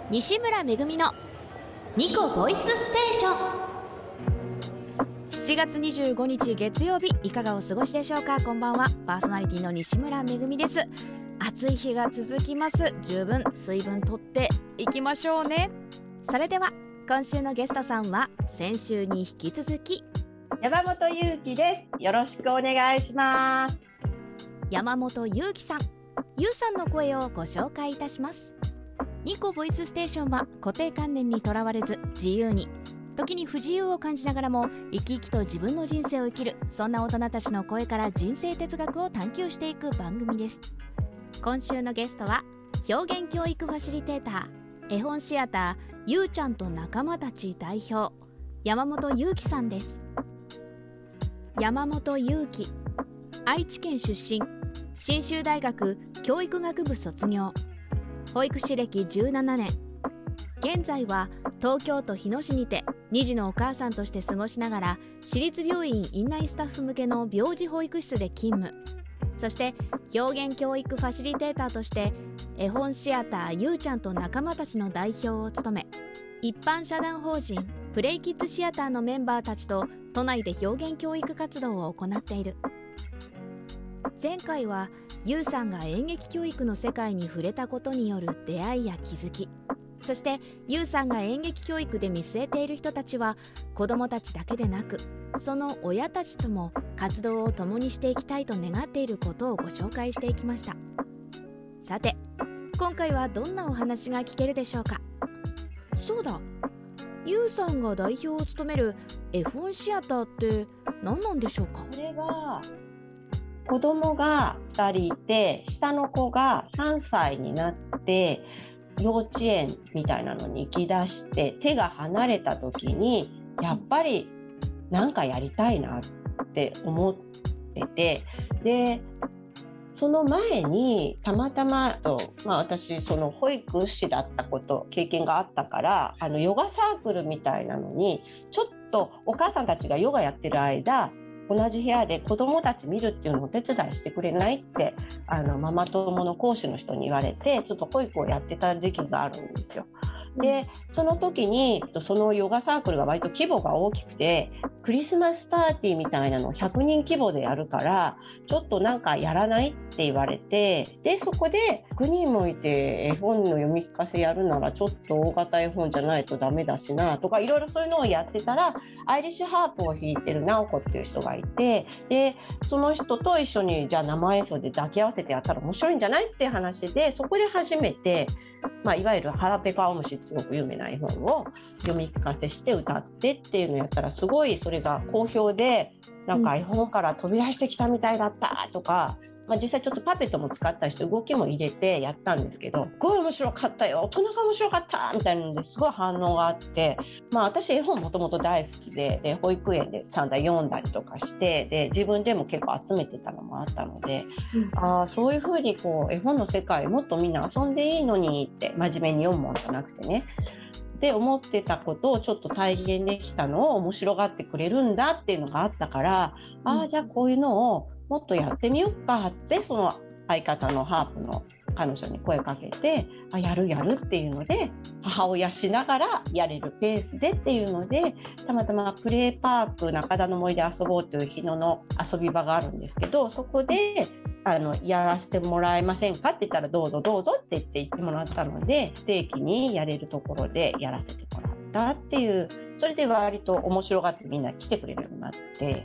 西村めぐみのニコボイスステーション。7月25日月曜日、いかがお過ごしでしょうか。こんばんは、パーソナリティの西村めぐみです。暑い日が続きます。十分水分とっていきましょうね。それでは今週のゲストさんは先週に引き続き山本裕貴です。よろしくお願いします。 山本裕貴さん、ゆうさんの声をご紹介いたします。ニコボイスステーションは固定観念にとらわれず、自由に、時に不自由を感じながらも生き生きと自分の人生を生きる、そんな大人たちの声から人生哲学を探求していく番組です。今週のゲストは表現教育ファシリテーター、絵本シアターゆうちゃんと仲間たち代表、山本裕貴さんです。山本裕貴、愛知県出身、信州大学教育学部卒業、保育士歴17年、現在は東京都日野市にて2児のお母さんとして過ごしながら、私立病院院内スタッフ向けの病児保育室で勤務、そして表現教育ファシリテーターとして絵本シアターゆうちゃんと仲間たちの代表を務め、一般社団法人プレイキッズシアターのメンバーたちと都内で表現教育活動を行っている。前回はゆうさんが演劇教育の世界に触れたことによる出会いや気づき、そしてゆうさんが演劇教育で見据えている人たちは子どもたちだけでなく、その親たちとも活動を共にしていきたいと願っていることをご紹介していきました。さて、今回はどんなお話が聞けるでしょうか。そうだ、ゆうさんが代表を務める絵本シアターって何なんでしょうか。 これは子供が2人いて、下の子が3歳になって幼稚園みたいなのに行き出して手が離れた時に、やっぱりなんかやりたいなって思ってて、でその前にたまたま私その保育士だった経験があったから、ヨガサークルみたいなのにちょっとお母さんたちがヨガやってる間、同じ部屋で子供たち見るっていうのをお手伝いしてくれないってママ友の講師の人に言われて、ちょっと保育をやってた時期があるんですよ。でその時にそのヨガサークルが割と規模が大きくて、クリスマスパーティーみたいなのを100人規模でやるから、ちょっとなんかやらないって言われて、でそこで100人もいて絵本の読み聞かせやるならちょっと大型絵本じゃないとダメだしなとか、いろいろそういうのをやってたら、アイリッシュハープを弾いてる直子っていう人がいて、でその人と一緒にじゃあ生演奏で抱き合わせてやったら面白いんじゃないって話で、そこで初めていわゆる腹ペカオムシってすごく有名な絵本を読み聞かせして歌ってっていうのをやったら、すごいそれが好評で、なんか絵本から飛び出してきたみたいだったとか、実際ちょっとパペットも使ったりして動きも入れてやったんですけど、すごい面白かったよ、大人が面白かったみたいなのですごい反応があって、私絵本もともと大好きで、保育園で散々読んだりとかして、で自分でも結構集めてたのもあったので、そういう風に絵本の世界もっとみんな遊んでいいのにって、真面目に読むもんじゃなくてねって思ってたことをちょっと体現できたのを面白がってくれるんだっていうのがあったから、じゃあこういうのをもっとやってみようかって、その相方のハープの彼女に声かけて、やるっていうので、母親しながらやれるペースでっていうので、たまたまプレイパーク中田の森で遊ぼうという日野の遊び場があるんですけど、そこでやらせてもらえませんかって言ったら、どうぞって言ってもらったので、不定期にやれるところでやらせてもらったっていう、それで割と面白がってみんな来てくれるようになって、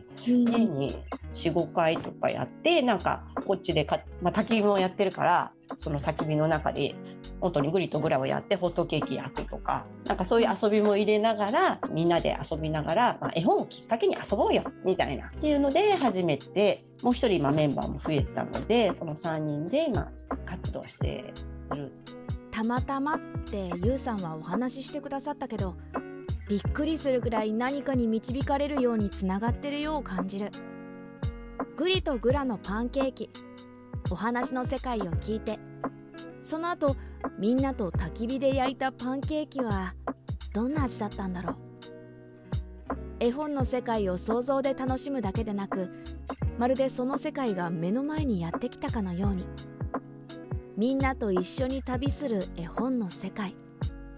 年に 4,5 回とかやって、なんかこっちで焚き火もやってるから、その焚き火の中で本当にグリとグラをやってホットケーキ焼くとか、なんかそういう遊びも入れながら、みんなで遊びながら、絵本をきっかけに遊ぼうよみたいなっていうので始めて、もう一人今メンバーも増えたので、その3人で今活動している。 たまたまってゆうさんはお話ししてくださったけど、びっくりするくらい何かに導かれるようにつながってるよう感じる。グリとグラのパンケーキ、お話の世界を聞いて、その後みんなと焚き火で焼いたパンケーキはどんな味だったんだろう。絵本の世界を想像で楽しむだけでなく、まるでその世界が目の前にやってきたかのように、みんなと一緒に旅する絵本の世界、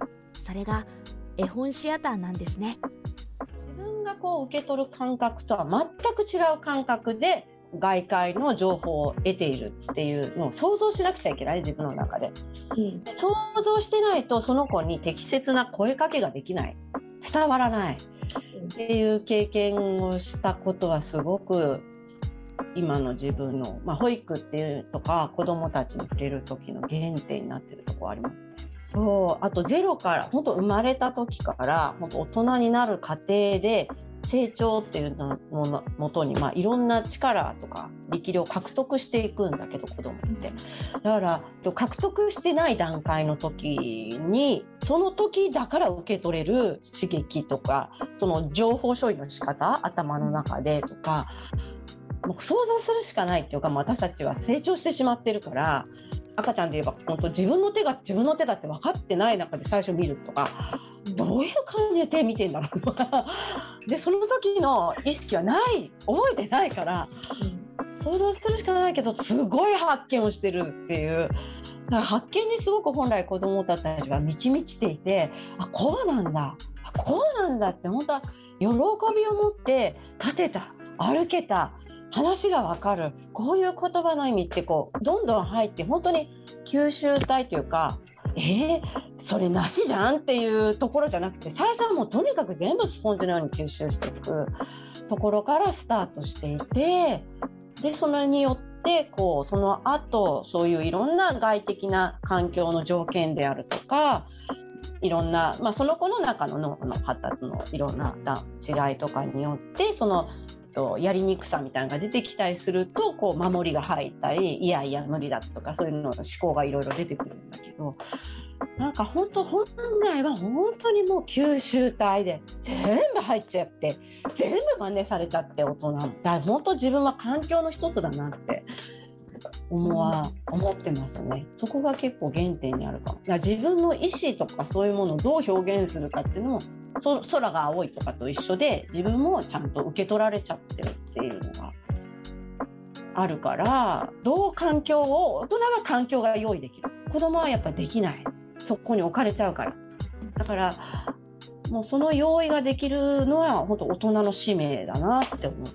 それが絵本シアターなんですね。 自分がこう受け取る感覚とは全く違う感覚で外界の情報を得ているっていうのを想像しなくちゃいけない、自分の中で、想像してないとその子に適切な声かけができない、伝わらないっていう経験をしたことはすごく今の自分の、保育っていうとか子どもたちに触れる時の原点になってるところありますね。そう、あとゼロから本当生まれた時から本当大人になる過程で成長っていうののもとに、いろんな力とか力量を獲得していくんだけど、子供ってだから獲得してない段階の時にその時だから受け取れる刺激とか、その情報処理の仕方、頭の中でとか、もう想像するしかないっていうか、私たちは成長してしまってるから、赤ちゃんで言えば本当自分の手が自分の手だって分かってない中で最初見るとか、どういう感じで手見てんだろうとかでその時の意識はない、覚えてないから、想像するしかないけどすごい発見をしてるっていう、だから発見にすごく本来子どもたちは満ち満ちていて、こうなんだ、こうなんだって本当は喜びを持って立てた、歩けた、話が分かる、こういう言葉の意味ってこうどんどん入って、本当に吸収体というか、それなしじゃんっていうところじゃなくて、最初はもうとにかく全部スポンジのように吸収していくところからスタートしていて、でそれによってこうその後そういういろんな外的な環境の条件であるとか、いろんな、その子の中の脳の発達のいろんな違いとかによってそのやりにくさみたいなのが出てきたりすると、こう守りが入ったり、いやいや無理だとか、そういうの思考がいろいろ出てくるんだけど、なんか本来は本当にもう吸収体で全部入っちゃって、全部真似されちゃって、大人だから本当自分は環境の一つだなって思ってますね。そこが結構原点にあるかも。だから自分の意思とかそういうものをどう表現するかっていうのも、空が青いとかと一緒で、自分もちゃんと受け取られちゃってるっていうのがあるから、大人は環境が用意できる、子供はやっぱりできない、そこに置かれちゃうから。だからもうその用意ができるのは本当大人の使命だなって思って、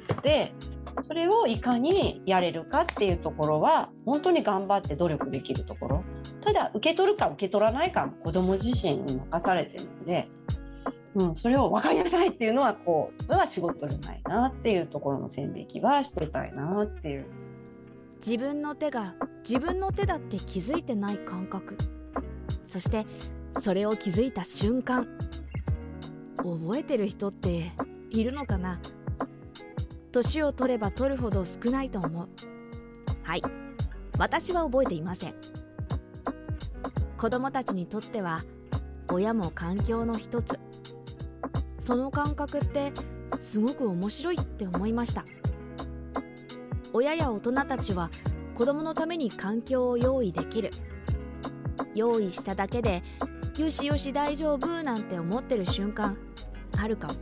それをいかにやれるかっていうところは本当に頑張って努力できるところ。ただ受け取るか受け取らないか子供自身に任されてるので、それを分かりなさいっていうのはそれは仕事じゃないなっていうところの線引きはしてたいなっていう。 自分の手が自分の手だって気づいてない感覚、そしてそれを気づいた瞬間、覚えてる人っているのかな。年を取れば取るほど少ないと思う。はい、私は覚えていません。子供たちにとっては親も環境の一つ、その感覚ってすごく面白いって思いました。親や大人たちは子供のために環境を用意できる、用意しただけでよしよし大丈夫なんて思ってる瞬間あるかも。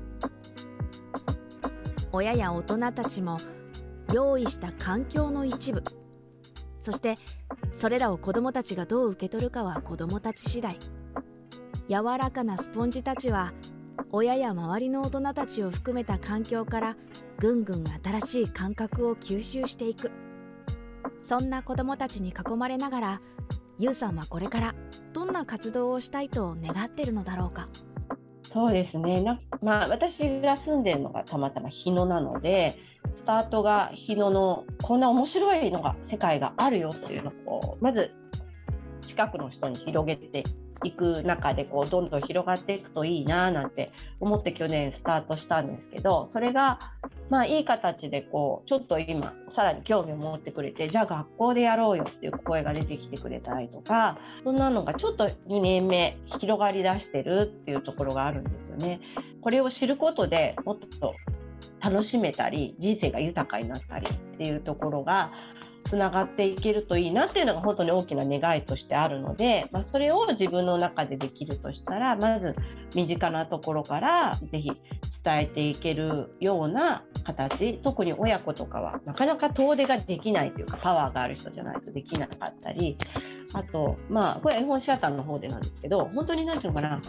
親や大人たちも用意した環境の一部、そしてそれらを子供たちがどう受け取るかは子供たち次第。柔らかなスポンジたちは親や周りの大人たちを含めた環境からぐんぐん新しい感覚を吸収していく。そんな子供たちに囲まれながら、ゆうさんはこれからどんな活動をしたいと願ってるのだろうか。 そうですね、私が住んでるのがたまたま日野なので、スタートが日野のこんな面白いのが世界があるよっていうのをまず近くの人に広げていく中でどんどん広がっていくといいななんて思って去年スタートしたんですけど、それがいい形でちょっと今さらに興味を持ってくれて、じゃあ学校でやろうよっていう声が出てきてくれたりとか、そんなのがちょっと2年目広がりだしてるっていうところがあるんですよね。これを知ることでもっと楽しめたり人生が豊かになったりっていうところがつながっていけるといいなっていうのが本当に大きな願いとしてあるので、それを自分の中でできるとしたら、まず身近なところからぜひ伝えていけるような形、特に親子とかはなかなか遠出ができないというか、パワーがある人じゃないとできなかったり、あとこれ絵本シアターの方でなんですけど、本当になんていうのかな、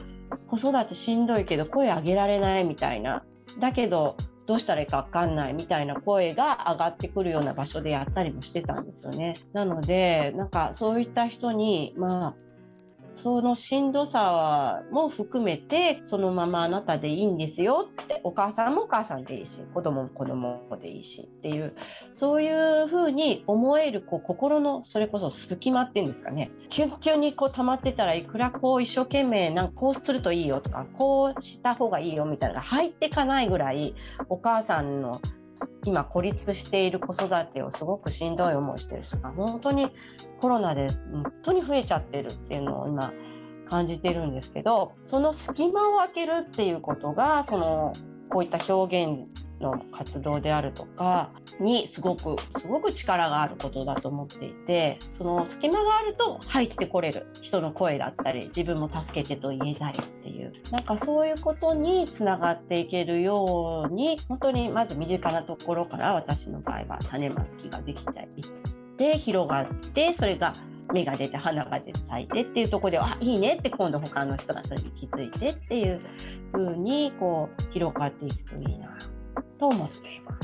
子育てしんどいけど声上げられないみたいな、だけどどうしたらいいか分かんないみたいな声が上がってくるような場所でやったりもしてたんですよね。なのでなんかそういった人にそのしんどさも含めてそのままあなたでいいんですよって、お母さんもお母さんでいいし子供も子供でいいしっていう、そういう風に思える心のそれこそ隙間っていうんですかね、キュンキュンに溜まってたらいくら一生懸命こうするといいよとかこうした方がいいよみたいなのが入ってかないぐらい、お母さんの今孤立している子育てをすごくしんどい思いしてる人が本当にコロナで本当に増えちゃってるっていうのを今感じてるんですけど、その隙間を空けるっていうことがこういった表現の活動であるとかにすごく力があることだと思っていて、その隙間があると入ってこれる人の声だったり自分も助けてと言えたりっていう、そういうことにつながっていけるように、本当にまず身近なところから私の場合は種まきができていって広がって、それが芽が出て花が出て咲いてっていうところでいいねって今度他の人がそれに気づいてっていう風に広がっていくといいなと思っています。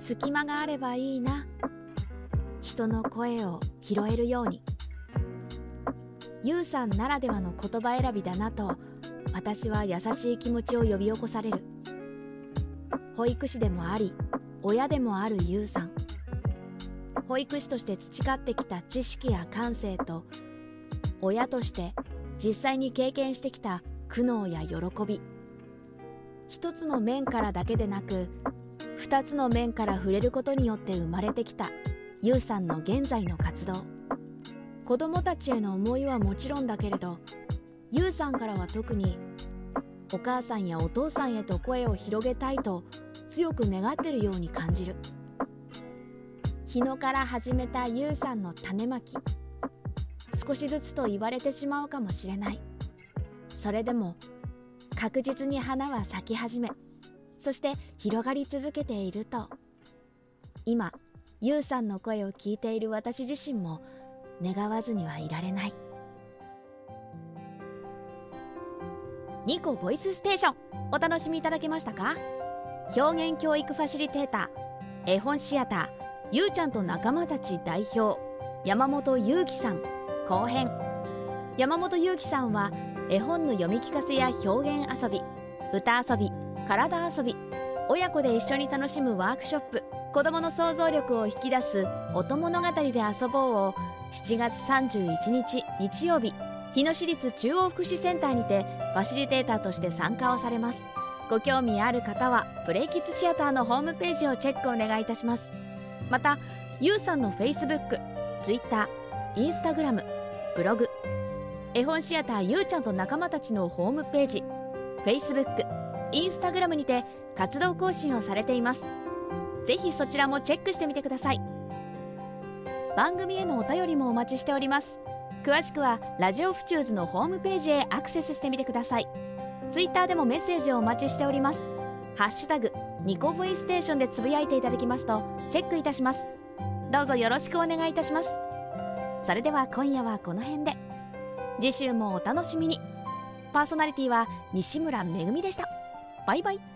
隙間があればいいな、人の声を拾えるように。ゆうさんならではの言葉選びだなと私は優しい気持ちを呼び起こされる。保育士でもあり親でもあるゆうさん、保育士として培ってきた知識や感性と親として実際に経験してきた苦悩や喜び、一つの面からだけでなく二つの面から触れることによって生まれてきたゆうさんの現在の活動。子どもたちへの思いはもちろんだけれど、ゆうさんからは特にお母さんやお父さんへと声を広げたいと強く願っているように感じる。日野から始めたゆうさんの種まき、少しずつと言われてしまうかもしれない。それでも確実に花は咲き始め、そして広がり続けていると、今ゆうさんの声を聞いている私自身も願わずにはいられない。ニコボイスステーション、お楽しみいただけましたか？表現教育ファシリテーター、絵本シアターゆうちゃんと仲間たち代表山本裕貴さん後編。山本裕貴さんは絵本の読み聞かせや表現遊び、歌遊び、体遊び、親子で一緒に楽しむワークショップ、子どもの想像力を引き出す音物語で遊ぼうを7月31日日曜日、日野市立中央福祉センターにてファシリテーターとして参加をされます。ご興味ある方はプレイキッズシアターのホームページをチェックお願いいたします。またゆうさんの Facebook、Twitter、Instagram、ブログ、絵本シアターゆうちゃんと仲間たちのホームページ、Facebook、Instagram にて活動更新をされています。ぜひそちらもチェックしてみてください。番組へのお便りもお待ちしております。詳しくはラジオフチューズのホームページへアクセスしてみてください。Twitter でもメッセージをお待ちしております。ハッシュタグニコ V ステーションでつぶやいていただきますとチェックいたします。どうぞよろしくお願いいたします。それでは今夜はこの辺で、次週もお楽しみに。パーソナリティは西村めぐみでした。バイバイ。